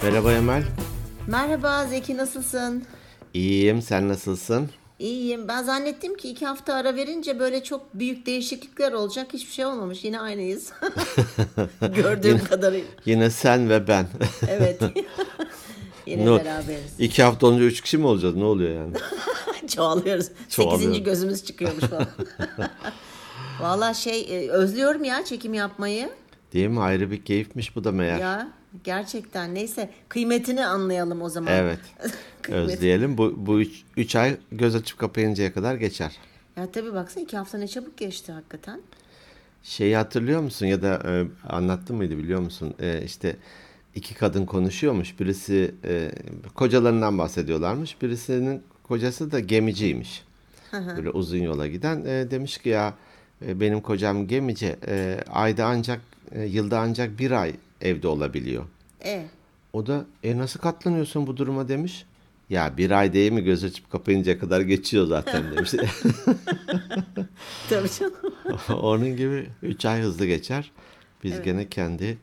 Merhaba Emel. Merhaba Zeki, nasılsın? İyiyim, sen nasılsın? İyiyim. Ben zannettim ki 2 hafta ara verince böyle çok büyük değişiklikler olacak. Hiçbir şey olmamış. Yine aynıyız. Yine, Gördüğüm kadarıyla. yine sen ve ben. Evet. Yine No, beraberiz. 2 hafta olunca 3 kişi mi olacağız? Ne oluyor yani? Çoğalıyoruz. Sekizinci Çoğalıyor. gözümüz çıkıyormuş falan. Valla özlüyorum ya çekim yapmayı. Değil mi? Ayrı bir keyifmiş bu da meğer. Ya gerçekten neyse kıymetini anlayalım o zaman. Evet. Kıymet. Özleyelim. Bu 3 ay göz açıp kapayıncaya kadar geçer. Ya tabii baksana 2 hafta ne çabuk geçti hakikaten. Şeyi hatırlıyor musun ya da anlattım mıydı biliyor musun? İşte iki kadın konuşuyormuş. Birisi kocalarından bahsediyorlarmış. Birisinin kocası da gemiciymiş. Böyle uzun yola giden. Demiş ki ya benim kocam gemici. Yılda ancak bir ay evde olabiliyor. E O da nasıl katlanıyorsun bu duruma demiş. Ya bir ay değil mi göz açıp kapayıncaya kadar geçiyor zaten demiş. tabii canım. Onun gibi 3 ay hızlı geçer. Biz Evet. gene kendi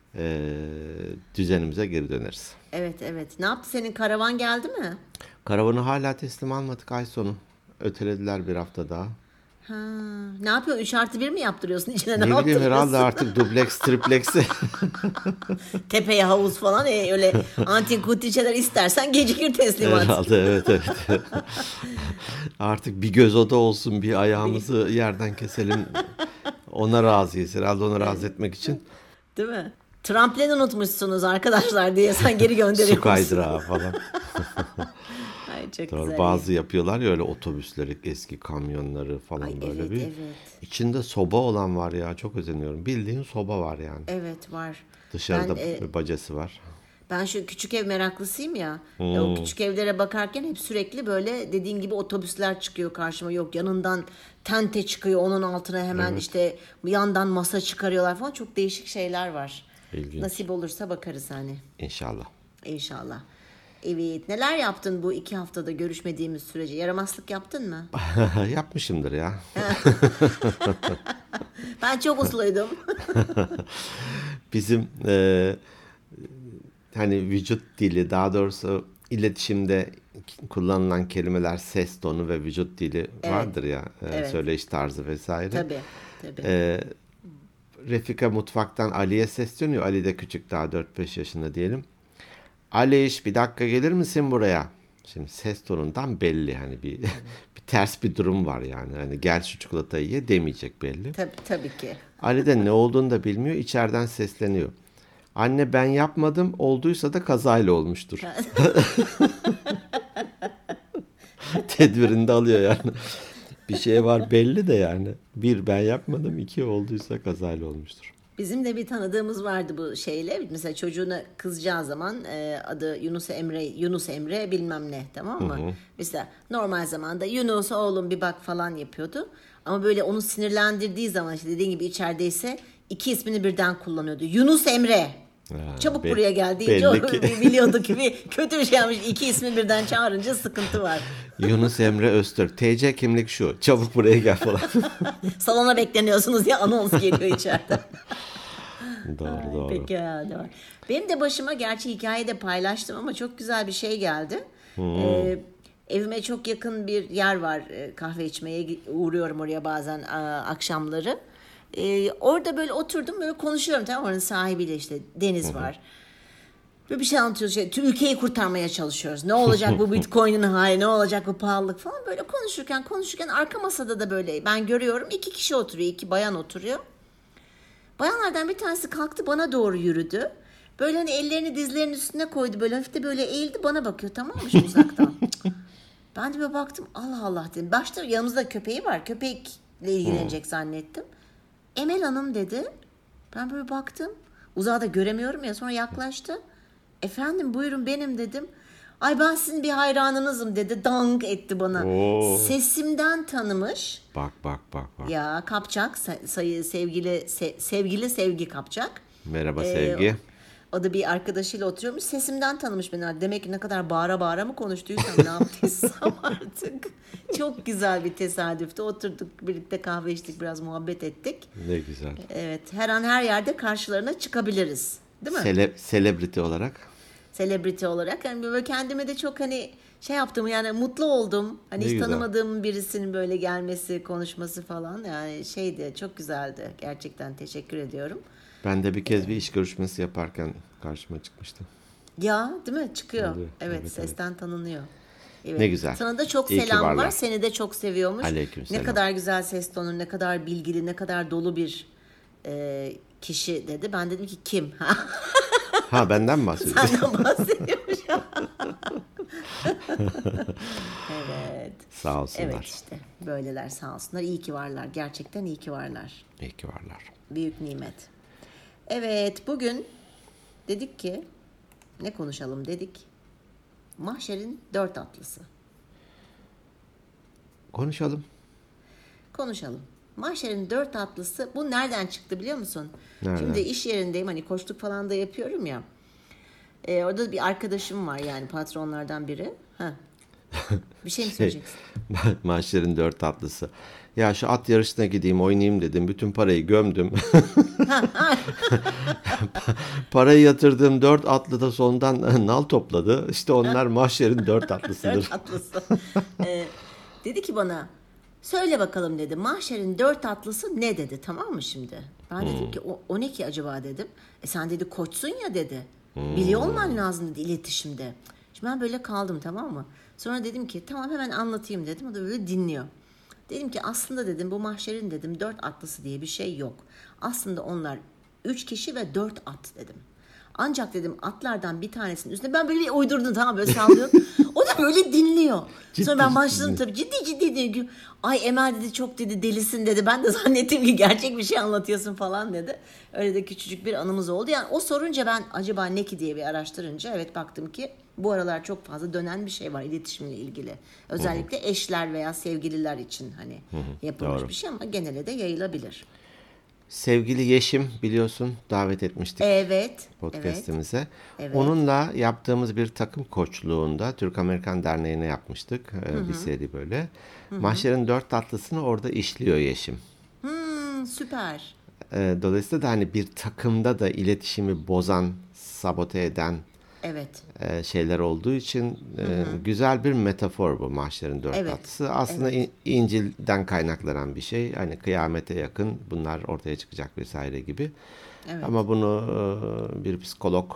düzenimize geri döneriz. Evet evet. Ne yaptı senin karavan geldi mi? Karavanı hala teslim almadık ay sonu. Ötelediler bir hafta daha. Ha, ne yapıyorsun? 3+1 mi yaptırıyorsun? İçine ne Ne bileyim herhalde yaptırıyorsun? artık dubleks, tripleksi. Tepeye havuz falan öyle antin kuntiçeler istersen gecikir teslimat. Herhalde evet. Artık bir göz oda olsun, bir ayağımızı yerden keselim. Ona razıyız herhalde, onu razı etmek için. Değil mi? Tramplin unutmuşsunuz arkadaşlar diye sen geri Su gönderiyorsun. kaydırağı falan. Ay çok Doğru, güzel. bazı yapıyorlar ya öyle otobüsleri, eski kamyonları falan Ay böyle evet bir. evet. İçinde soba olan var ya, çok özeniyorum. Bildiğin soba var yani. Evet var. Dışarıda Ben bir bacası var. Ben şu küçük ev meraklısıyım ya. O küçük evlere bakarken hep sürekli böyle dediğin gibi otobüsler çıkıyor karşıma. Yok yanından tente çıkıyor onun altına hemen işte yandan masa çıkarıyorlar falan. Çok değişik şeyler var. İlginç. Nasip olursa bakarız hani. İnşallah. İnşallah. Evet. Neler yaptın bu 2 haftada görüşmediğimiz sürece? Yaramazlık yaptın mı? Yapmışımdır ya. Ben çok usluydum. Bizim hani vücut dili, daha doğrusu iletişimde kullanılan kelimeler, ses tonu ve vücut dili vardır ya. Evet. Söyleyiş tarzı vesaire. Tabii. Tabii. Refika mutfaktan Ali'ye sesleniyor. Ali de küçük, daha 4-5 yaşında diyelim. Aliş bir dakika gelir misin buraya? Şimdi ses tonundan belli hani bir ters bir durum var yani. Hani gel şu çikolatayı ye demeyecek belli. Tabii ki. Ali de ne olduğunu da bilmiyor. İçeriden sesleniyor. Anne ben yapmadım. Olduysa da kazayla olmuştur. Tedbirini de alıyor yani. Bir şey var belli de yani. Bir ben yapmadım. İki olduysa kazayla olmuştur. Bizim de bir tanıdığımız vardı bu şeyle. Mesela çocuğuna kızacağı zaman adı Yunus Emre bilmem ne, tamam mı? Mesela normal zamanda Yunus oğlum bir bak falan yapıyordu. Ama böyle onu sinirlendirdiği zaman işte dediğin gibi içerideyse iki ismini birden kullanıyordu. Yunus Emre. Çabuk buraya gel deyince o belli ki. biliyordu ki bir kötü bir şey yapmış. İki ismi birden çağırınca sıkıntı var. Yunus Emre Öztürk. TC kimlik şu. Çabuk buraya gel falan. Salona bekleniyorsunuz diye anons geliyor içeriden. Doğru. Peki doğru. Benim de başıma gerçi hikayede paylaştım ama çok güzel bir şey geldi. Evime çok yakın bir yer var. Kahve içmeye uğruyorum oraya bazen akşamları. Orada böyle oturdum böyle konuşuyorum, tamam mı? Oranın sahibiyle işte Deniz var. Böyle bir şey anlatıyoruz. Ülkeyi kurtarmaya çalışıyoruz. Ne olacak bu Bitcoin'in hali, ne olacak bu pahalılık falan. Böyle konuşurken arka masada da böyle ben görüyorum 2 kişi oturuyor. 2 bayan oturuyor. Bayanlardan bir tanesi kalktı bana doğru yürüdü. Böyle hani ellerini dizlerinin üstüne koydu. Böyle hafif de böyle eğildi bana bakıyor, tamam mı şimdi uzaktan. Ben de böyle baktım, Allah Allah dedim. Başta yanımızda köpeği var. Köpekle ilgilenecek zannettim. Emel Hanım dedi. Ben böyle baktım. Uzağı da göremiyorum ya, sonra yaklaştı. Efendim buyurun benim dedim. Ay ben sizin bir hayranınızım dedi. Dang etti bana. Oo. Sesimden tanımış. Bak. Ya Kapçak sevgili Sevgi Kapçak. Merhaba Sevgi. O da bir arkadaşıyla oturuyormuş. Sesimden tanımış beni. Demek ki ne kadar bağıra bağıra mı konuştuysam ne yaptıysam artık. Çok güzel bir tesadüftü. Oturduk birlikte kahve içtik, biraz muhabbet ettik. Ne güzel. Evet, her an her yerde karşılarına çıkabiliriz. Değil mi? Celebrity olarak. Celebrity olarak. Yani böyle kendime de çok hani şey yaptım, yani mutlu oldum. Hani Ne hiç güzel. tanımadığım birisinin böyle gelmesi, konuşması falan. Yani şeydi, çok güzeldi. Gerçekten teşekkür ediyorum. Ben de bir kez bir iş görüşmesi yaparken karşıma çıkmıştı. Ya değil mi? Çıkıyor. Oluyor. Evet, Evet, evet. sesten tanınıyor. Evet. Ne güzel. Sana da çok İyi ki selam var. varlar. Seni de çok seviyormuş. Ne Aleykümselam. kadar güzel ses tonu, ne kadar bilgili, ne kadar dolu bir kişi dedi. Ben dedim ki kim? Ha, benden mi bahsediyorsun? Senden bahsediyormuş. Evet. Sağ olsunlar. Evet işte. Böyleler sağ olsunlar. İyi ki varlar. Gerçekten iyi ki varlar. İyi ki varlar. Büyük nimet. Evet, bugün dedik ki ne konuşalım dedik. Mahşer'in 4 atlısı. Konuşalım. Konuşalım. Mahşer'in 4 atlısı, bu nereden çıktı biliyor musun? Nereden? Şimdi iş yerindeyim, hani koçluk falan da yapıyorum ya. Orada bir arkadaşım var, yani patronlardan biri. Ha. Bir şey mi söyleyeceksin? Mahşer'in 4 tatlısı. Ya şu at yarışına gideyim oynayayım dedim. Bütün parayı gömdüm. Parayı yatırdığım 4 atlı da sondan nal topladı. İşte onlar Mahşer'in 4 tatlısıdır. 4 atlısı. Dedi ki bana, söyle bakalım dedi. Mahşer'in 4 atlısı ne dedi, tamam mı şimdi? Ben dedim ki o ne ki acaba dedim. Sen dedi koçsun ya dedi. Biliyor olman lazım dedi iletişimde. Şimdi ben böyle kaldım, tamam mı? Sonra dedim ki tamam, hemen anlatayım dedim. O da böyle dinliyor. Dedim ki aslında dedim bu Mahşer'in dedim 4 atlısı diye bir şey yok. Aslında onlar 3 kişi ve 4 at dedim. Ancak dedim atlardan bir tanesinin üstüne ben böyle bir uydurdum, tamam, böyle sallıyorum. O da böyle dinliyor. Sonra ben başladım tabii ciddi dedi. Ay Emel dedi çok dedi delisin dedi. Ben de zannettim ki gerçek bir şey anlatıyorsun falan dedi. Öyle de küçücük bir anımız oldu. Yani o sorunca ben acaba ne ki diye bir araştırınca evet baktım ki bu aralar çok fazla dönen bir şey var iletişimle ilgili. Özellikle eşler veya sevgililer için hani yapılmış Doğru. bir şey ama genele de yayılabilir. Sevgili Yeşim biliyorsun davet etmiştik Evet. podcast'imize. Evet. Onunla yaptığımız bir takım koçluğunda Türk Amerikan Derneği'ne yapmıştık bir seri böyle. Mahşer'in 4 tatlısını orada işliyor Yeşim. Süper. Dolayısıyla da hani bir takımda da iletişimi bozan, sabote eden Evet. şeyler olduğu için güzel bir metafor bu Mahşer'in 4 Evet. tatlısı. Aslında İncil'den kaynaklanan bir şey. Hani kıyamete yakın bunlar ortaya çıkacak vesaire gibi. Evet. Ama bunu bir psikolog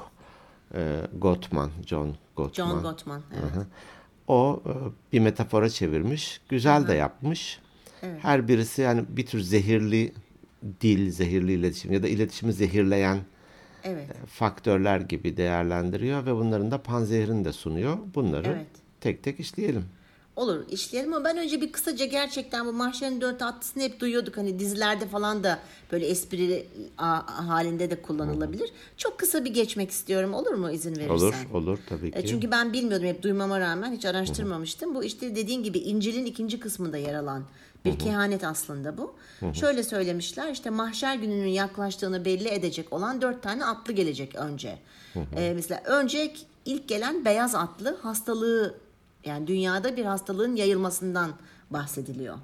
John Gottman. John Gottman. Evet. O bir metafora çevirmiş. Güzel de yapmış. Evet. Her birisi yani bir tür zehirli dil, zehirli iletişim ya da iletişimi zehirleyen Evet. faktörler gibi değerlendiriyor ve bunların da panzehirini de sunuyor. Bunları Evet. tek tek işleyelim. Olur, işleyelim ama ben önce bir kısaca gerçekten bu Mahşer'in 4 atlısını hep duyuyorduk. Hani dizilerde falan da böyle esprili halinde de kullanılabilir. Çok kısa bir geçmek istiyorum. Olur mu izin verirsen? Olur tabii ki. Çünkü ben bilmiyordum, hep duymama rağmen hiç araştırmamıştım. Bu işte dediğin gibi İncil'in 2. kısmında yer alan bir kehanet aslında bu. Şöyle söylemişler, işte mahşer gününün yaklaştığını belli edecek olan 4 tane atlı gelecek önce. Mesela önce ilk gelen beyaz atlı hastalığı, yani dünyada bir hastalığın yayılmasından bahsediliyor.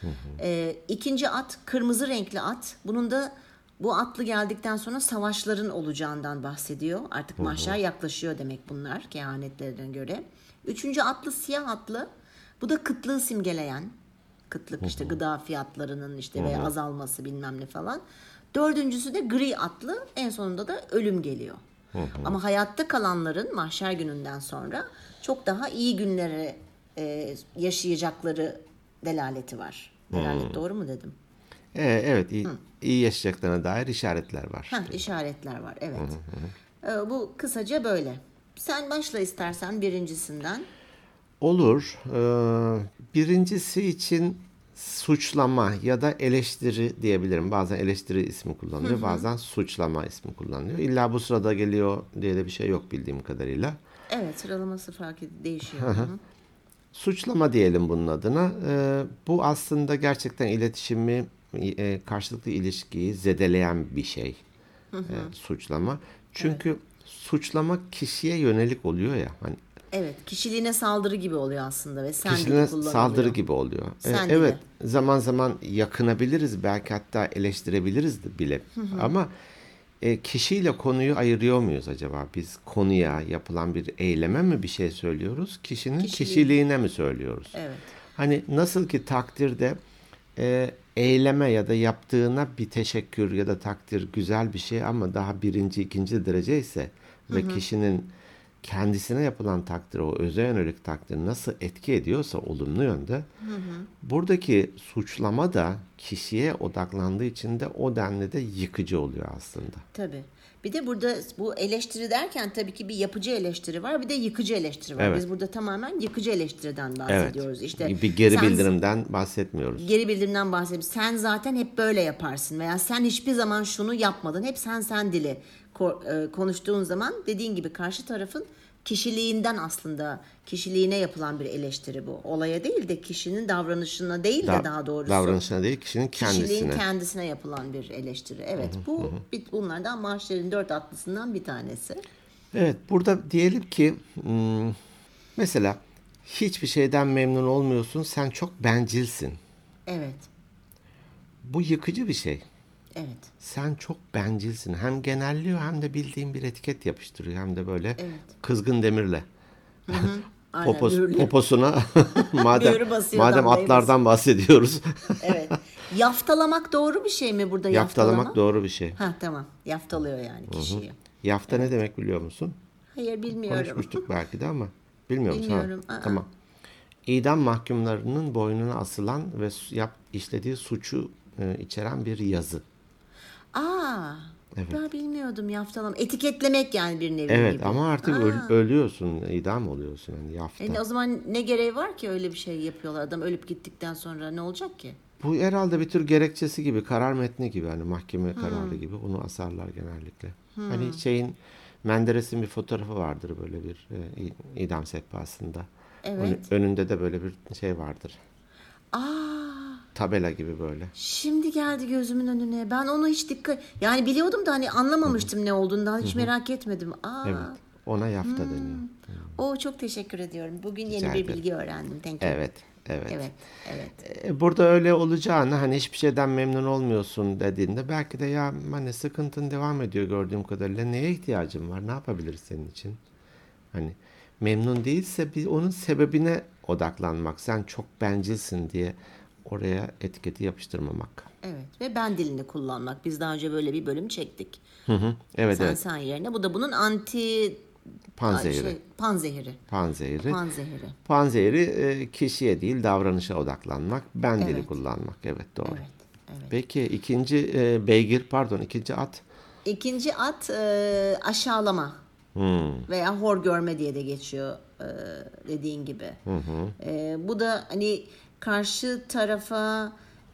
İkinci at kırmızı renkli at. Bunun da bu atlı geldikten sonra savaşların olacağından bahsediyor. Artık mahşer yaklaşıyor demek bunlar kehanetlerine göre. Üçüncü atlı siyah atlı. Bu da kıtlığı simgeleyen. Kıtlık işte gıda fiyatlarının işte veya azalması bilmem ne falan. Dördüncüsü de gri atlı. En sonunda da ölüm geliyor. Ama hayatta kalanların mahşer gününden sonra çok daha iyi günleri yaşayacakları delaleti var. Delalet doğru mu dedim? Evet, iyi yaşayacaklarına dair işaretler var. İşaretler var, evet. Bu kısaca böyle. Sen başla istersen birincisinden. Olur. Birincisi için suçlama ya da eleştiri diyebilirim. Bazen eleştiri ismi kullanılıyor, bazen suçlama ismi kullanılıyor. İlla bu sırada geliyor diye de bir şey yok bildiğim kadarıyla. Evet, sıralaması değişiyor. Suçlama diyelim bunun adına. Bu aslında gerçekten iletişimi, karşılıklı ilişkiyi zedeleyen bir şey. Suçlama. Çünkü suçlama kişiye yönelik oluyor ya. Hani Evet, kişiliğine saldırı gibi oluyor aslında ve sen kişiliğine gibi kullanılıyor. saldırı gibi oluyor. Sen Evet, gibi. zaman zaman yakınabiliriz, belki hatta eleştirebiliriz de bile. Ama kişiyle konuyu ayırıyor muyuz acaba? Biz konuya, yapılan bir eyleme mi bir şey söylüyoruz? Kişinin kişiliğine mi söylüyoruz? Evet. Hani nasıl ki takdirde eyleme ya da yaptığına bir teşekkür ya da takdir güzel bir şey ama daha birinci, ikinci derece ise ve kişinin kendisine yapılan takdir, o öze yönelik takdir nasıl etki ediyorsa olumlu yönde, buradaki suçlama da kişiye odaklandığı için de o denli de yıkıcı oluyor aslında. Tabii. Bir de burada bu eleştiri derken tabii ki bir yapıcı eleştiri var, bir de yıkıcı eleştiri var. Evet. Biz burada tamamen yıkıcı eleştiriden Evet. bahsediyoruz. İşte Bir geri sen- bildirimden bahsetmiyoruz. Geri bildirimden bahsediyoruz. Sen zaten hep böyle yaparsın veya sen hiçbir zaman şunu yapmadın. Hep sen dili konuştuğun zaman dediğin gibi karşı tarafın kişiliğinden aslında kişiliğine yapılan bir eleştiri bu. Olaya değil de kişinin davranışına değil de daha doğrusu. Davranışına değil, kişinin kendisine. Kişiliğin kendisine yapılan bir eleştiri. Evet, bu bunlardan Mahşer'in 4 atlısından bir tanesi. Evet, burada diyelim ki mesela hiçbir şeyden memnun olmuyorsun, sen çok bencilsin. Evet, Bu yıkıcı bir şey. evet, Sen çok bencilsin. Hem genelliyor hem de bildiğin bir etiket yapıştırıyor. Hem de böyle Evet. kızgın demirle. aynen mühürlü. Poposuna Mühürü madem basıyor atlardan bahsediyoruz. Evet. Yaftalamak doğru bir şey mi burada Yaftalamak doğru bir şey. Ha tamam. Yaftalıyor yani kişiyi. Yafta ne demek biliyor musun? Hayır bilmiyorum. Konuşmuştuk belki de ama bilmiyor musun? Bilmiyorum. Ha, Aa. tamam. İdam mahkumlarının boynuna asılan ve işlediği suçu içeren bir yazı. Aa. Evet. Ben bilmiyordum yaftalama. Etiketlemek yani bir nevi Evet gibi. ama artık ölüyorsun, idam oluyorsun yani yafta. O zaman ne gereği var ki öyle bir şey yapıyorlar? Adam ölüp gittikten sonra ne olacak ki? Bu herhalde bir tür gerekçesi gibi, karar metni gibi, hani mahkeme kararı gibi bunu asarlar genellikle. Hani Menderes'in bir fotoğrafı vardır böyle bir idam sehpasında. Evet. Önünde de böyle bir şey vardır. Aa. Tabela gibi böyle. Şimdi geldi gözümün önüne. Ben onu hiç yani biliyordum da hani anlamamıştım ne olduğundan hiç merak etmedim. Aa. Evet. Ona yafta deniyor. Çok teşekkür ediyorum. Bugün Rica yeni bir ederim. bilgi öğrendim. Thank you. Evet. Evet. Burada öyle olacağını, hani hiçbir şeyden memnun olmuyorsun dediğinde belki de ya hani sıkıntın devam ediyor gördüğüm kadarıyla, neye ihtiyacın var, ne yapabiliriz senin için? Hani memnun değilse onun sebebine odaklanmak, sen çok bencilsin diye oraya etiketi yapıştırmamak. Evet ve ben dilini kullanmak. Biz daha önce böyle bir bölüm çektik. Evet, evet. Sen yerine. Bu da bunun Panzehiri. panzehiri. Panzehiri. Panzehiri. Panzehiri kişiye değil davranışa odaklanmak, ben dili Evet. kullanmak. Evet, doğru. Evet. Evet. Peki ikinci ikinci at. İkinci at aşağılama veya hor görme diye de geçiyor dediğin gibi. Bu da hani karşı tarafa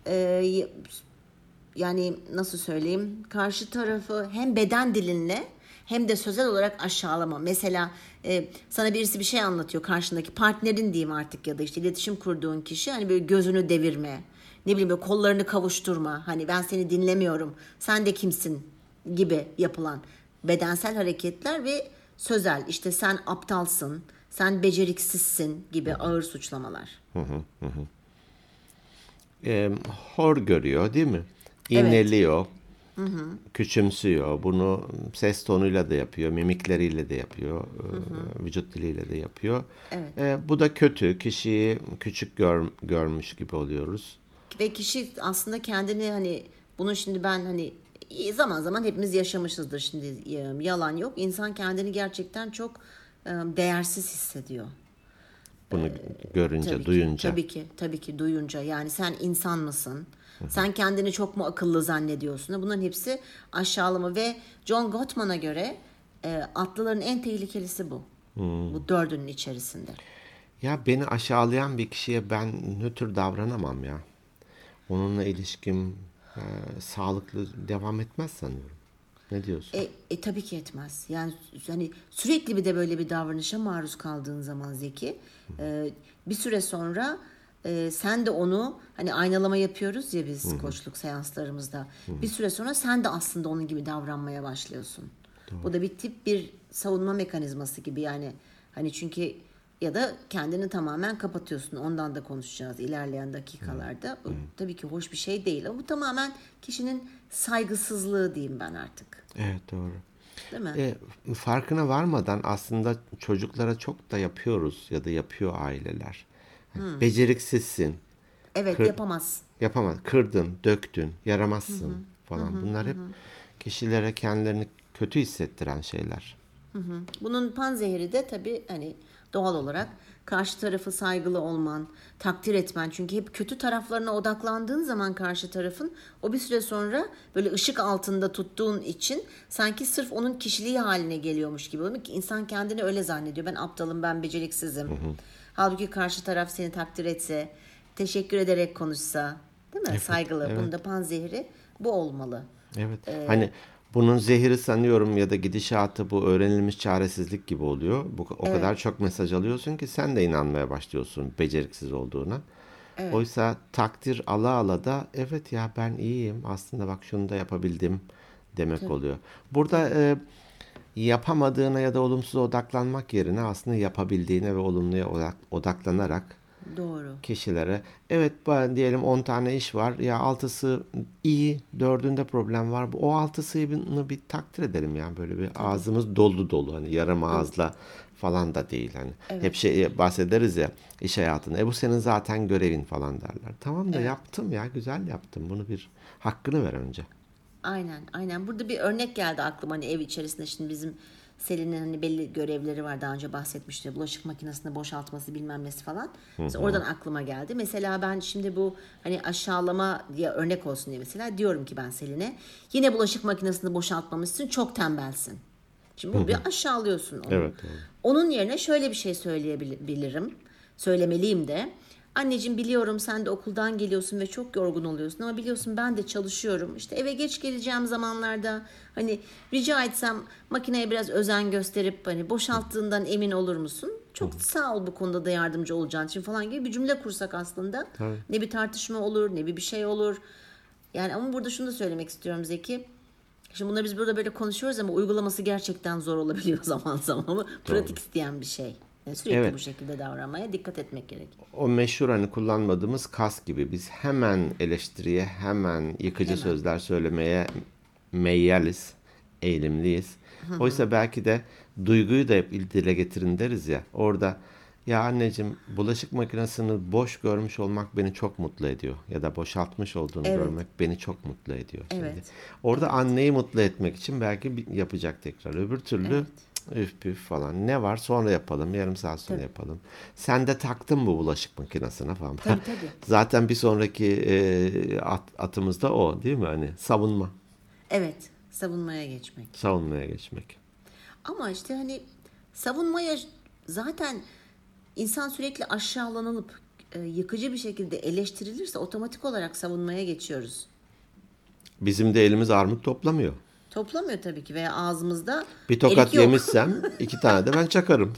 yani nasıl söyleyeyim, karşı tarafı hem beden dilinle hem de sözel olarak aşağılama. Mesela sana birisi bir şey anlatıyor, karşındaki partnerin diyeyim artık ya da işte iletişim kurduğun kişi, hani böyle gözünü devirme, ne bileyim böyle kollarını kavuşturma, hani ben seni dinlemiyorum, sen de kimsin gibi yapılan bedensel hareketler ve sözel, işte sen aptalsın, sen beceriksizsin gibi ağır suçlamalar. Hor görüyor değil mi? Evet. İneliyor, küçümsüyor. Bunu ses tonuyla da yapıyor, mimikleriyle de yapıyor, vücut diliyle de yapıyor. Evet. Bu da kötü. Kişiyi küçük görmüş gibi oluyoruz. Ve kişi aslında kendini hani bunu şimdi ben hani zaman zaman hepimiz yaşamışızdır şimdi, yalan yok. İnsan kendini gerçekten çok değersiz hissediyor. Bunu görünce, Tabii ki, duyunca. tabii ki duyunca. Yani sen insan mısın? Sen kendini çok mu akıllı zannediyorsun? Bunların hepsi aşağılama ve John Gottman'a göre atlıların en tehlikelisi bu. Bu dördünün içerisinde. Ya beni aşağılayan bir kişiye ben nötr davranamam ya. Onunla ilişkim sağlıklı devam etmez sanıyorum. Ne diyorsun? Tabii ki etmez. Yani hani sürekli bir de böyle bir davranışa maruz kaldığın zaman Zeki, bir süre sonra sen de onu, hani aynalama yapıyoruz ya biz koçluk seanslarımızda. Bir süre sonra sen de aslında onun gibi davranmaya başlıyorsun. Bu da bir savunma mekanizması gibi yani. Hani çünkü ya da kendini tamamen kapatıyorsun. Ondan da konuşacağız ilerleyen dakikalarda. Bu tabii ki hoş bir şey değil ama bu tamamen kişinin saygısızlığı diyeyim ben artık. Evet, doğru. Değil mi? Farkına varmadan aslında çocuklara çok da yapıyoruz ya da yapıyor aileler. Beceriksizsin, Evet, kır, yapamaz. yapamaz, kırdın, döktün, yaramazsın falan. Bunlar hep kişilere kendilerini kötü hissettiren şeyler. Bunun panzehiri de tabii hani doğal olarak karşı tarafı saygılı olman, takdir etmen. Çünkü hep kötü taraflarına odaklandığın zaman karşı tarafın o bir süre sonra böyle ışık altında tuttuğun için sanki sırf onun kişiliği haline geliyormuş gibi oluyor ki insan kendini öyle zannediyor. Ben aptalım, ben beceriksizim. Halbuki karşı taraf seni takdir etse, teşekkür ederek konuşsa, değil mi? Evet, Saygılı. evet. Bunda panzehiri bu olmalı. Evet. Hani bunun zehri sanıyorum ya da gidişatı bu öğrenilmiş çaresizlik gibi oluyor. O Evet, kadar çok mesaj alıyorsun ki sen de inanmaya başlıyorsun beceriksiz olduğuna. evet. Oysa takdir ala ala da evet ya ben iyiyim aslında bak şunu da yapabildim demek Tabii, oluyor. Burada tabii. yapamadığına ya da olumsuza odaklanmak yerine aslında yapabildiğine ve olumluya odaklanarak Doğru. kişilere evet ben diyelim 10 tane iş var ya altısı iyi dördünde problem var o altısını bir takdir edelim yani böyle bir Tabii. ağzımız dolu dolu hani yarım Dolu. ağızla falan da değil hani hep Evet, şey bahsederiz ya iş hayatında bu senin zaten görevin falan derler tamam da evet. yaptım ya güzel yaptım bunu bir hakkını ver önce. Aynen, aynen. Burada bir örnek geldi aklıma hani ev içerisinde şimdi bizim Selin'in hani belli görevleri var daha önce bahsetmişti. Bulaşık makinesini boşaltması bilmem nesi falan. Mesela oradan aklıma geldi. Mesela ben şimdi bu hani aşağılama diye örnek olsun diye mesela diyorum ki ben Selin'e yine bulaşık makinesini boşaltmamışsın çok tembelsin. Şimdi bu bir aşağılıyorsun onu. Evet, doğru. Onun yerine şöyle bir şey söyleyebilirim. Söylemeliyim de. Anneciğim biliyorum sen de okuldan geliyorsun ve çok yorgun oluyorsun ama biliyorsun ben de çalışıyorum. İşte eve geç geleceğim zamanlarda hani rica etsem makineye biraz özen gösterip hani boşalttığından emin olur musun? Çok sağ ol bu konuda da yardımcı olacağın için falan gibi bir cümle kursak aslında. Tabii. Ne bir tartışma olur ne bir şey olur. Yani ama burada şunu da söylemek istiyorum Zeki. Şimdi bunları biz burada böyle konuşuyoruz ama uygulaması gerçekten zor olabiliyor zaman zaman ama Doğru. pratik isteyen bir şey. Yani sürekli Evet. bu şekilde davranmaya dikkat etmek gerek. O meşhur hani kullanmadığımız kas gibi biz hemen eleştiriye hemen yıkıcı Hemen. sözler söylemeye meyyaliz, eğilimliyiz. Oysa belki de duyguyu da hep dile getirin deriz ya. Orada ya anneciğim bulaşık makinesini boş görmüş olmak beni çok mutlu ediyor. Ya da boşaltmış olduğunu Evet, görmek beni çok mutlu ediyor. Şimdi evet, orada evet, anneyi mutlu etmek için belki yapacak tekrar. Öbür türlü evet. üf püf falan. Ne var sonra yapalım. Yarım saat sonra Tabii, yapalım. Sen de taktın bu bulaşık makinesine falan. tabii, tabii. Zaten bir sonraki atımız da o değil mi? Hani savunma. Evet, savunmaya geçmek. Savunmaya geçmek. Ama işte hani savunmaya zaten insan sürekli aşağılanılıp yıkıcı bir şekilde eleştirilirse otomatik olarak savunmaya geçiyoruz. Bizim de elimiz armut toplamıyor. Toplamıyor tabii ki veya ağzımızda Bir erik tokat yok. yemişsem 2 tane de ben çakarım.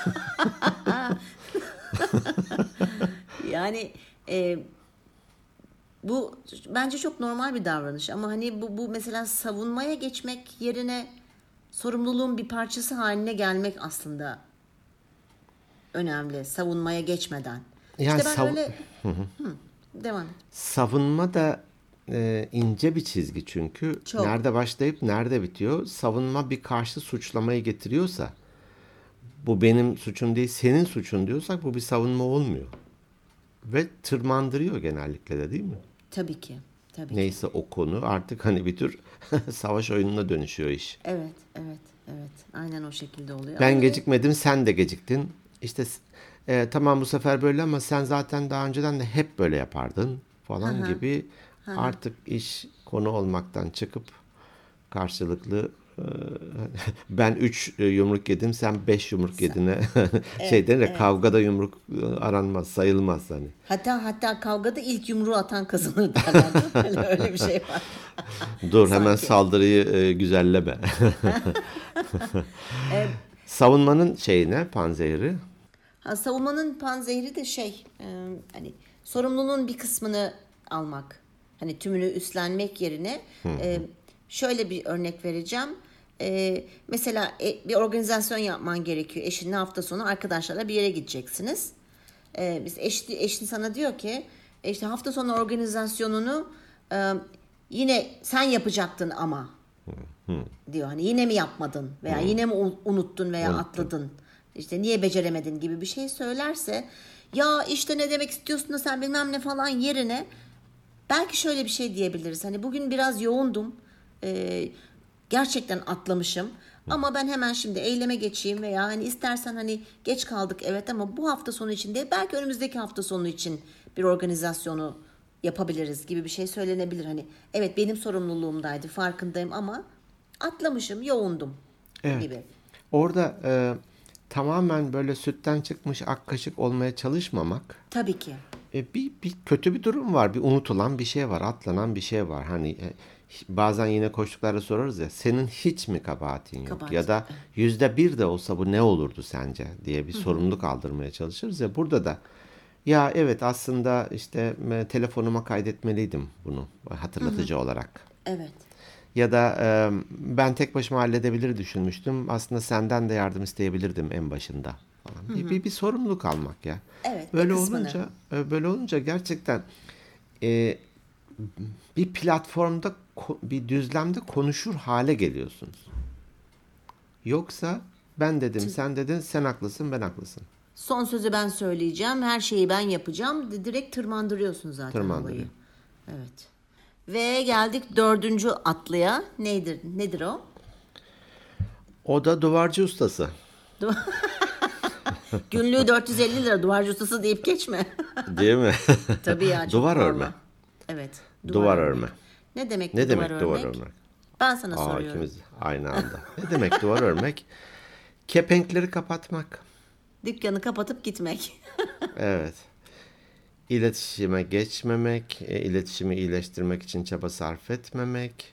Yani e, bu bence çok normal bir davranış ama hani bu mesela savunmaya geçmek yerine sorumluluğun bir parçası haline gelmek aslında önemli savunmaya geçmeden. Yani İşte ben öyle devam et. savunma da ince bir çizgi çünkü. Çok. Nerede başlayıp nerede bitiyor? Savunma bir karşı suçlamayı getiriyorsa bu benim suçum değil senin suçun diyorsak bu bir savunma olmuyor. Ve tırmandırıyor genellikle de değil mi? Tabii ki. Tabii ki. Neyse o konu artık hani bir tür savaş oyununa dönüşüyor iş. Evet, evet, evet. Aynen o şekilde oluyor. Ama Ben hani gecikmedim sen de geciktin. İşte tamam bu sefer böyle ama sen zaten daha önceden de hep böyle yapardın falan gibi artık iş konu olmaktan çıkıp karşılıklı ben 3 yumruk yedim sen 5 yumruk yedine şey evet, denir ya evet. kavgada yumruk aranmaz sayılmaz hani. Hatta kavgada ilk yumruğu atan kazanır derler. Değil mi? Öyle bir şey var Dur hemen sanki. saldırıyı güzelleme. E, Savunmanın şeyine panzehri. savunmanın panzehri de hani sorumluluğun bir kısmını almak. Hani tümünü üstlenmek yerine şöyle bir örnek vereceğim. Mesela bir organizasyon yapman gerekiyor. Eşinle hafta sonu arkadaşlarla bir yere gideceksiniz. Biz eşin sana diyor ki işte hafta sonu organizasyonunu yine sen yapacaktın ama diyor. Hani yine mi yapmadın veya yine mi unuttun veya atladın? İşte niye beceremedin gibi bir şey söylerse ya işte ne demek istiyorsun da sen bilmem ne falan yerine belki şöyle bir şey diyebiliriz. Hani bugün biraz yoğundum. Gerçekten atlamışım. Ama ben hemen şimdi eyleme geçeyim veya hani istersen hani geç kaldık evet ama bu hafta sonu için değil belki önümüzdeki hafta sonu için bir organizasyonu yapabiliriz gibi bir şey söylenebilir. Hani evet benim sorumluluğumdaydı farkındayım ama atlamışım, yoğundum Evet. gibi. Orada tamamen böyle sütten çıkmış ak kaşık olmaya çalışmamak. Tabii ki. Bir kötü bir durum var. Bir unutulan bir şey var. Atlanan bir şey var. Hani bazen yine koçluklarda sorarız ya. Senin hiç mi kabahatin yok? Kabahat. Ya da %1 de olsa bu ne olurdu sence diye bir sorumluluk aldırmaya çalışırız ya. Burada da ya evet aslında işte telefonuma kaydetmeliydim bunu hatırlatıcı olarak. Evet. Ya da ben tek başıma halledebilir düşünmüştüm. Aslında senden de yardım isteyebilirdim en başında falan. Bir sorumluluk almak ya. Evet, bir Böyle kısmını. olunca böyle olunca gerçekten e, bir platformda bir düzlemde konuşur hale geliyorsunuz. Yoksa ben dedim, sen dedin, sen haklısın, ben haklısın. Son sözü ben söyleyeceğim. Her şeyi ben yapacağım. Direkt tırmandırıyorsun zaten Tırmandırıyor. olayı. Evet. Ve geldik dördüncü atlıya. Nedir o? O da duvarcı ustası, Günlüğü 450 lira duvarcı ustası deyip geçme. değil mi? Tabii ya çok Duvar pahalı. örme. Evet. Duvar örme. Ne demek Ne bu duvar demek duvar örmek? örmek? Ben sana Aa, soruyorum. ikimiz aynı anda. Ne demek duvar örmek? Kepenkleri kapatmak. Dükkanı kapatıp gitmek. Evet. İletişime geçmemek, iletişimi iyileştirmek için çaba sarf etmemek.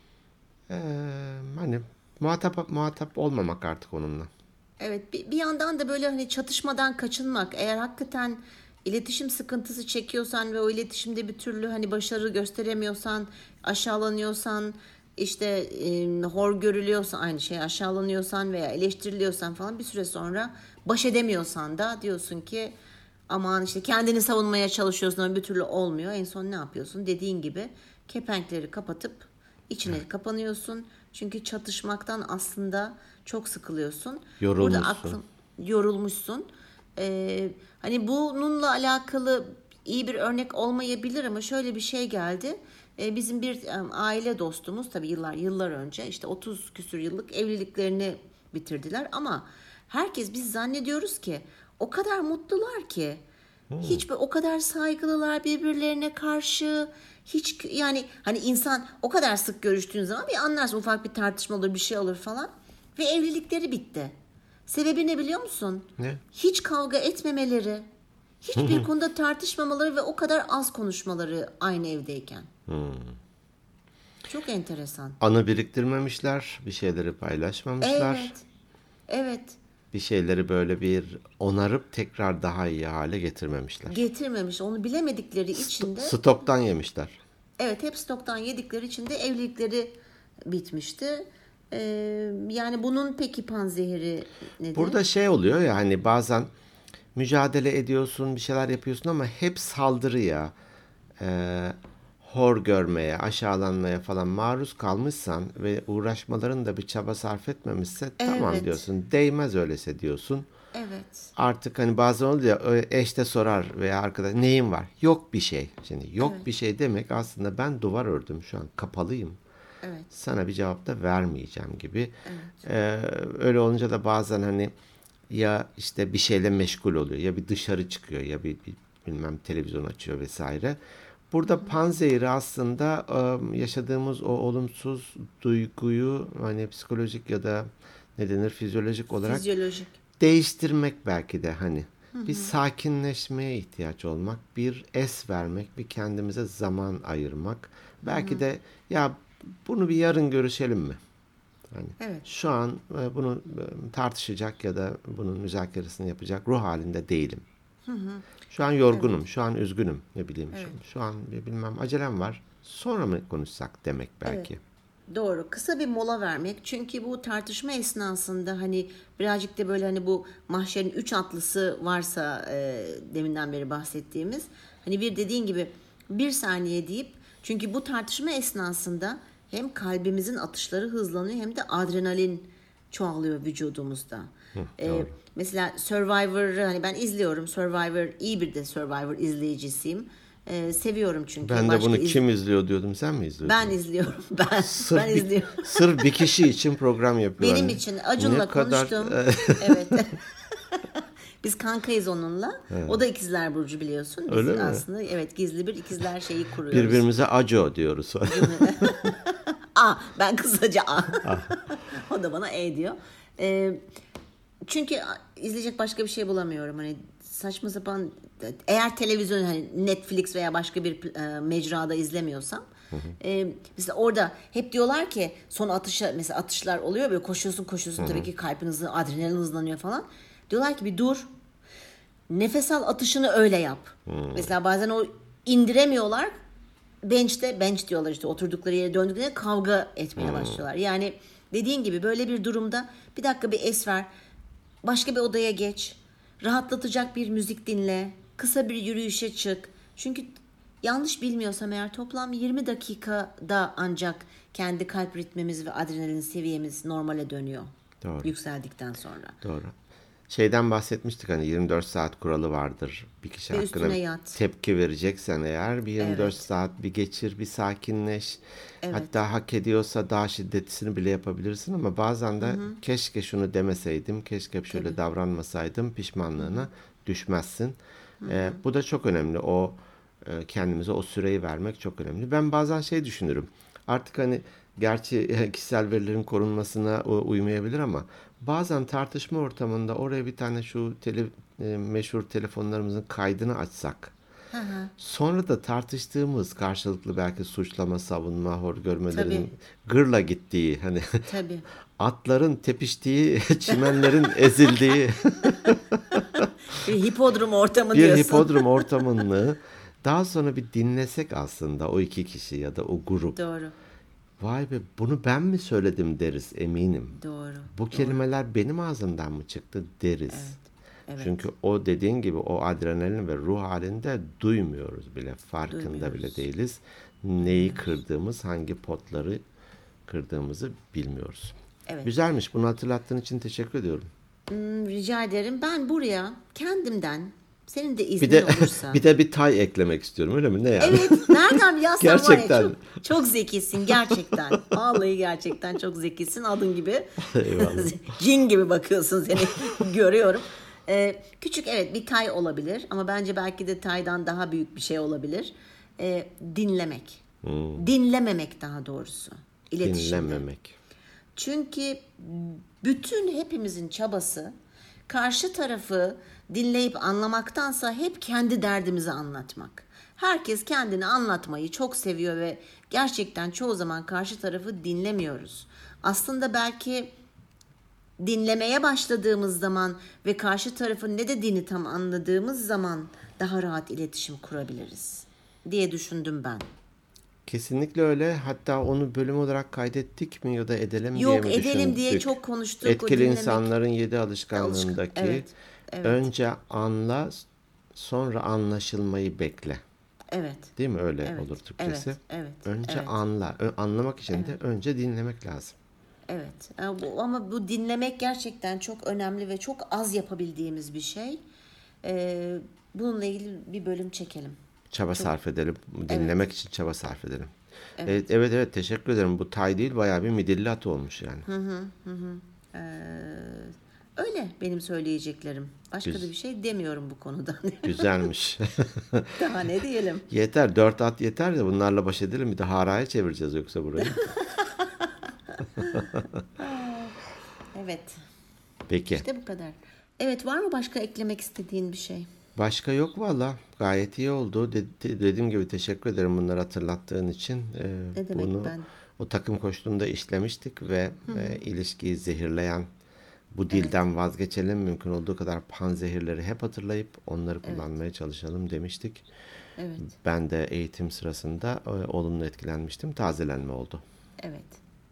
Hani muhatap olmamak artık onunla. Evet, bir yandan da böyle hani çatışmadan kaçınmak. Eğer hakikaten iletişim sıkıntısı çekiyorsan ve o iletişimde bir türlü hani başarı gösteremiyorsan, aşağılanıyorsan, işte hor görülüyorsan aynı şey aşağılanıyorsan veya eleştiriliyorsan falan bir süre sonra baş edemiyorsan da diyorsun ki aman işte kendini savunmaya çalışıyorsun ama bir türlü olmuyor. En son ne yapıyorsun? Dediğin gibi kepenkleri kapatıp içine kapanıyorsun. Çünkü çatışmaktan aslında çok sıkılıyorsun. Burada Yorulmuşsun. yorulmuşsun. Hani bununla alakalı iyi bir örnek olmayabilir ama şöyle bir şey geldi. Bizim bir aile dostumuz tabii yıllar önce işte 30 küsür yıllık evliliklerini bitirdiler ama herkes biz zannediyoruz ki o kadar mutlular ki hiç o kadar saygılılar birbirlerine karşı hiç yani hani insan o kadar sık görüştüğün zaman bir anlarsın ufak bir tartışma olur bir şey olur falan ve evlilikleri bitti. Sebebi ne biliyor musun? Ne? Hiç kavga etmemeleri, hiçbir konuda tartışmamaları ve o kadar az konuşmaları aynı evdeyken. Çok enteresan. Anı biriktirmemişler, bir şeyleri paylaşmamışlar. Evet, evet. Bir şeyleri böyle bir onarıp tekrar daha iyi hale getirmemişler. Getirmemiş. Onu bilemedikleri için de Stoktan yemişler. evet hep stoktan yedikleri için de evlilikleri bitmişti. Yani bunun peki panzehiri nedir? Burada şey oluyor ya hani bazen mücadele ediyorsun, bir şeyler yapıyorsun ama hep saldırıya, hor görmeye, aşağılanmaya falan maruz kalmışsan ve uğraşmaların da bir çaba sarf etmemişse tamam Evet. diyorsun. Değmez öylese diyorsun. Evet. Artık hani bazen oluyor ya eş de sorar veya arkadaş neyin var? Yok bir şey. Şimdi yok Evet. bir şey demek aslında ben duvar ördüm şu an kapalıyım. Evet. Sana bir cevap da vermeyeceğim gibi. Öyle olunca da bazen hani ya işte bir şeyle meşgul oluyor ya bir dışarı çıkıyor ya bir bilmem televizyon açıyor vesaire. Burada panzehiri aslında yaşadığımız o olumsuz duyguyu hani psikolojik ya da ne denir fizyolojik olarak Fizyolojik. değiştirmek belki de hani bir sakinleşmeye ihtiyaç olmak, bir es vermek, bir kendimize zaman ayırmak. Belki de ya bunu bir yarın görüşelim mi? Hani Evet. şu an bunu tartışacak ya da bunun müzakeresini yapacak ruh halinde değilim. Şu an yorgunum, şu an üzgünüm, ne bileyim. Şu an bilmem acelem var. Sonra mı konuşsak demek belki. Doğru. Kısa bir mola vermek. Çünkü bu tartışma esnasında hani birazcık da böyle hani bu mahşerin üç atlısı varsa deminden beri bahsettiğimiz hani bir dediğin gibi bir saniye deyip çünkü bu tartışma esnasında hem kalbimizin atışları hızlanıyor hem de adrenalin çoğalıyor vücudumuzda. Doğru. Mesela Survivor'ı hani ben izliyorum. Survivor iyi bir de Survivor izleyicisiyim. Seviyorum çünkü. Ben de bunu kim izliyor diyordum. Sen mi izliyordun? Ben izliyorum. Ben Sırf izliyorum. sırf bir kişi için program yapıyor. Benim hani. için Acun'la Ne kadar konuştum. Evet. Biz kankayız onunla. O da ikizler burcu biliyorsun. Biz Öyle mi? aslında evet gizli bir ikizler şeyi kuruyoruz. birbirimize Aco diyoruz. Ben kısaca A. O da bana E diyor. Çünkü izleyecek başka bir şey bulamıyorum. Hani saçma sapan eğer televizyon hani Netflix veya başka bir mecrada izlemiyorsam mesela orada hep diyorlar ki son atışa mesela atışlar oluyor böyle koşuyorsun tabii ki kalbin hızlı adrenalin hızlanıyor falan. Diyorlar ki bir dur. Nefes al atışını öyle yap. Mesela bazen o indiremiyorlar. Bench diyorlar işte oturdukları yere döndüklerinde kavga etmeye başlıyorlar. Yani dediğin gibi böyle bir durumda bir dakika bir es ver. Başka bir odaya geç. Rahatlatacak bir müzik dinle. Kısa bir yürüyüşe çık. Çünkü yanlış bilmiyorsam eğer toplam 20 dakikada ancak kendi kalp ritmimiz ve adrenalin seviyemiz normale dönüyor. Doğru. Yükseldikten sonra. Doğru. Şeyden bahsetmiştik hani 24 saat kuralı vardır. Bir kişi Ve hakkında üstüne yat. tepki vereceksen eğer bir 24 Evet. saat bir geçir, bir sakinleş. Evet. Hatta hak ediyorsa daha şiddetlisini bile yapabilirsin ama bazen de keşke şunu demeseydim, keşke şöyle davranmasaydım pişmanlığına düşmezsin. Bu da çok önemli. Kendimize o süreyi vermek çok önemli. Ben bazen şey düşünürüm. Artık hani gerçi kişisel verilerin korunmasına uymayabilir ama bazen tartışma ortamında oraya bir tane şu meşhur telefonlarımızın kaydını açsak. Sonra da tartıştığımız karşılıklı belki suçlama, savunma, hor görmelerin Tabii. gırla gittiği hani Tabii. atların tepiştiği, çimenlerin ezildiği Bir hipodrom ortamı bir diyorsun. hipodrom ortamını daha sonra bir dinlesek aslında o iki kişi ya da o grup. Doğru. Vay be bunu ben mi söyledim deriz eminim. Doğru. Bu kelimeler benim ağzımdan mı çıktı deriz. Evet. Çünkü o dediğin gibi o adrenalin ve ruh halinde duymuyoruz bile. Farkında Duymuyoruz. bile değiliz. Neyi kırdığımız, hangi potları kırdığımızı bilmiyoruz. Evet. Güzelmiş. Bunu hatırlattığın için teşekkür ediyorum. Rica ederim. Ben buraya kendimden senin de Bir iznin de olursa. bir tay eklemek istiyorum öyle mi? Ne yani? Evet. Nereden ya sen var ya Gerçekten. çok zekisin gerçekten. Vallahi gerçekten çok zekisin. Adın gibi. Eyvallah. Cin gibi bakıyorsun seni. Görüyorum. Küçük evet bir tay olabilir ama bence belki de taydan daha büyük bir şey olabilir. Dinlemek. Dinlememek daha doğrusu. İletişimde. Dinlememek. Çünkü bütün hepimizin çabası karşı tarafı dinleyip anlamaktansa hep kendi derdimizi anlatmak. Herkes kendini anlatmayı çok seviyor ve gerçekten çoğu zaman karşı tarafı dinlemiyoruz. Aslında belki dinlemeye başladığımız zaman ve karşı tarafın ne dediğini tam anladığımız zaman daha rahat iletişim kurabiliriz diye düşündüm ben. Kesinlikle öyle. Hatta onu bölüm olarak kaydettik mi ya da edelim diye Yok mi edelim diye düşündük? çok konuştuk. Etkili dinlemek. insanların 7 alışkanlığındaki Evet. önce anla sonra anlaşılmayı bekle. Evet. Değil mi? Öyle Evet, olur Türkçesi. evet, Önce evet. anla. Anlamak için de önce dinlemek lazım. Evet. Ama bu dinlemek gerçekten çok önemli ve çok az yapabildiğimiz bir şey. Bununla ilgili bir bölüm çekelim. Çaba sarf edelim. Dinlemek için çaba sarf edelim. Evet, teşekkür ederim. Bu tay değil bayağı bir midilli at olmuş yani. Öyle benim söyleyeceklerim. Başka da bir şey demiyorum bu konuda. Güzelmiş. Daha ne diyelim? Yeter. 4 at yeter de bunlarla baş edelim. Bir de haraya çevireceğiz yoksa burayı. Evet. Peki. İşte bu kadar. Evet var mı başka eklemek istediğin bir şey? Başka yok valla. Gayet iyi oldu. Dediğim gibi teşekkür ederim bunları hatırlattığın için. Ne demek Bunu ben? o takım koştuğunda işlemiştik ve ilişkiyi zehirleyen bu dilden vazgeçelim. Mümkün olduğu kadar panzehirleri hep hatırlayıp onları kullanmaya çalışalım demiştik. Evet. Ben de eğitim sırasında olumlu etkilenmiştim. Tazelenme oldu. Evet.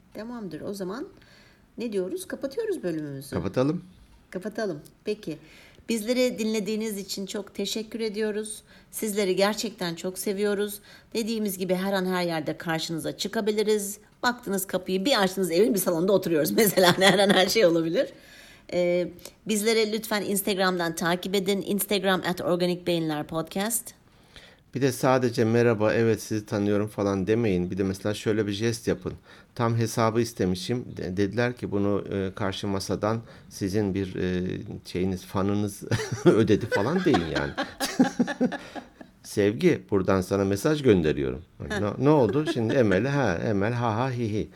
Tamamdır. O zaman ne diyoruz? Kapatıyoruz bölümümüzü. Kapatalım. Peki. Bizleri dinlediğiniz için çok teşekkür ediyoruz. Sizleri gerçekten çok seviyoruz. Dediğimiz gibi her an her yerde karşınıza çıkabiliriz. Baktınız kapıyı bir açtınız, evin bir salonunda oturuyoruz. Mesela her an her şey olabilir. Bizleri lütfen Instagram'dan takip edin. Instagram @organikbeyinlerpodcast. Bir de sadece merhaba, evet sizi tanıyorum falan demeyin. Bir de mesela şöyle bir jest yapın. Tam hesabı istemişim. Dediler ki bunu karşı masadan sizin bir fanınız ödedi falan deyin yani. Sevgi, buradan sana mesaj gönderiyorum. Ne oldu? Şimdi Emel ha ha hi hi.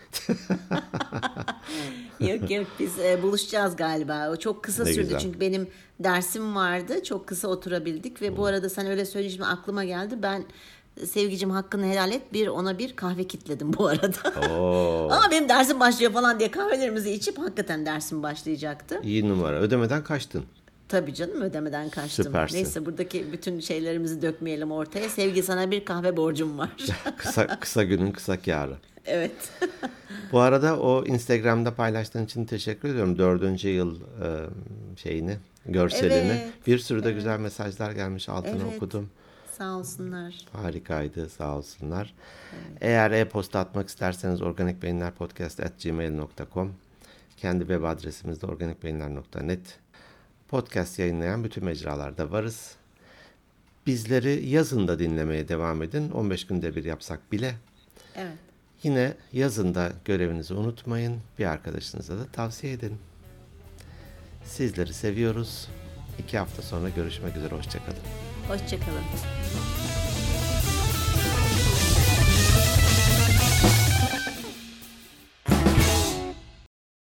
Yok biz buluşacağız galiba. O çok kısa Ne sürdü güzel. çünkü benim dersim vardı. Çok kısa oturabildik ve bu arada sen öyle söyleyince aklıma geldi. Ben Sevgicim hakkını helal et. Ona bir kahve kitledim bu arada. Oo, Ama benim dersim başlıyor falan diye kahvelerimizi içip hakikaten dersim başlayacaktı. iyi numara. Ödemeden kaçtın. Tabii canım, ödemeden kaçtım. Süpersin. Neyse, buradaki bütün şeylerimizi dökmeyelim ortaya. Sevgi, sana bir kahve borcum var. Kısa günün kısa kârı. Evet. Bu arada o Instagram'da paylaştığın için teşekkür ediyorum. 4. yıl görselini. Evet. Bir sürü de güzel mesajlar gelmiş. Altını Evet. okudum. Sağ olsunlar. Harikaydı, sağ olsunlar. Eğer e-posta atmak isterseniz organikbeyinlerpodcast@gmail.com, kendi web adresimiz de organikbeyinler.net. Podcast yayınlayan bütün mecralarda varız. Bizleri yazın da dinlemeye devam edin. 15 günde bir yapsak bile. Evet. Yine yazın da görevinizi unutmayın. Bir arkadaşınıza da tavsiye edin. Sizleri seviyoruz. 2 hafta sonra görüşmek üzere. Hoşça kalın. Hoşça kalın.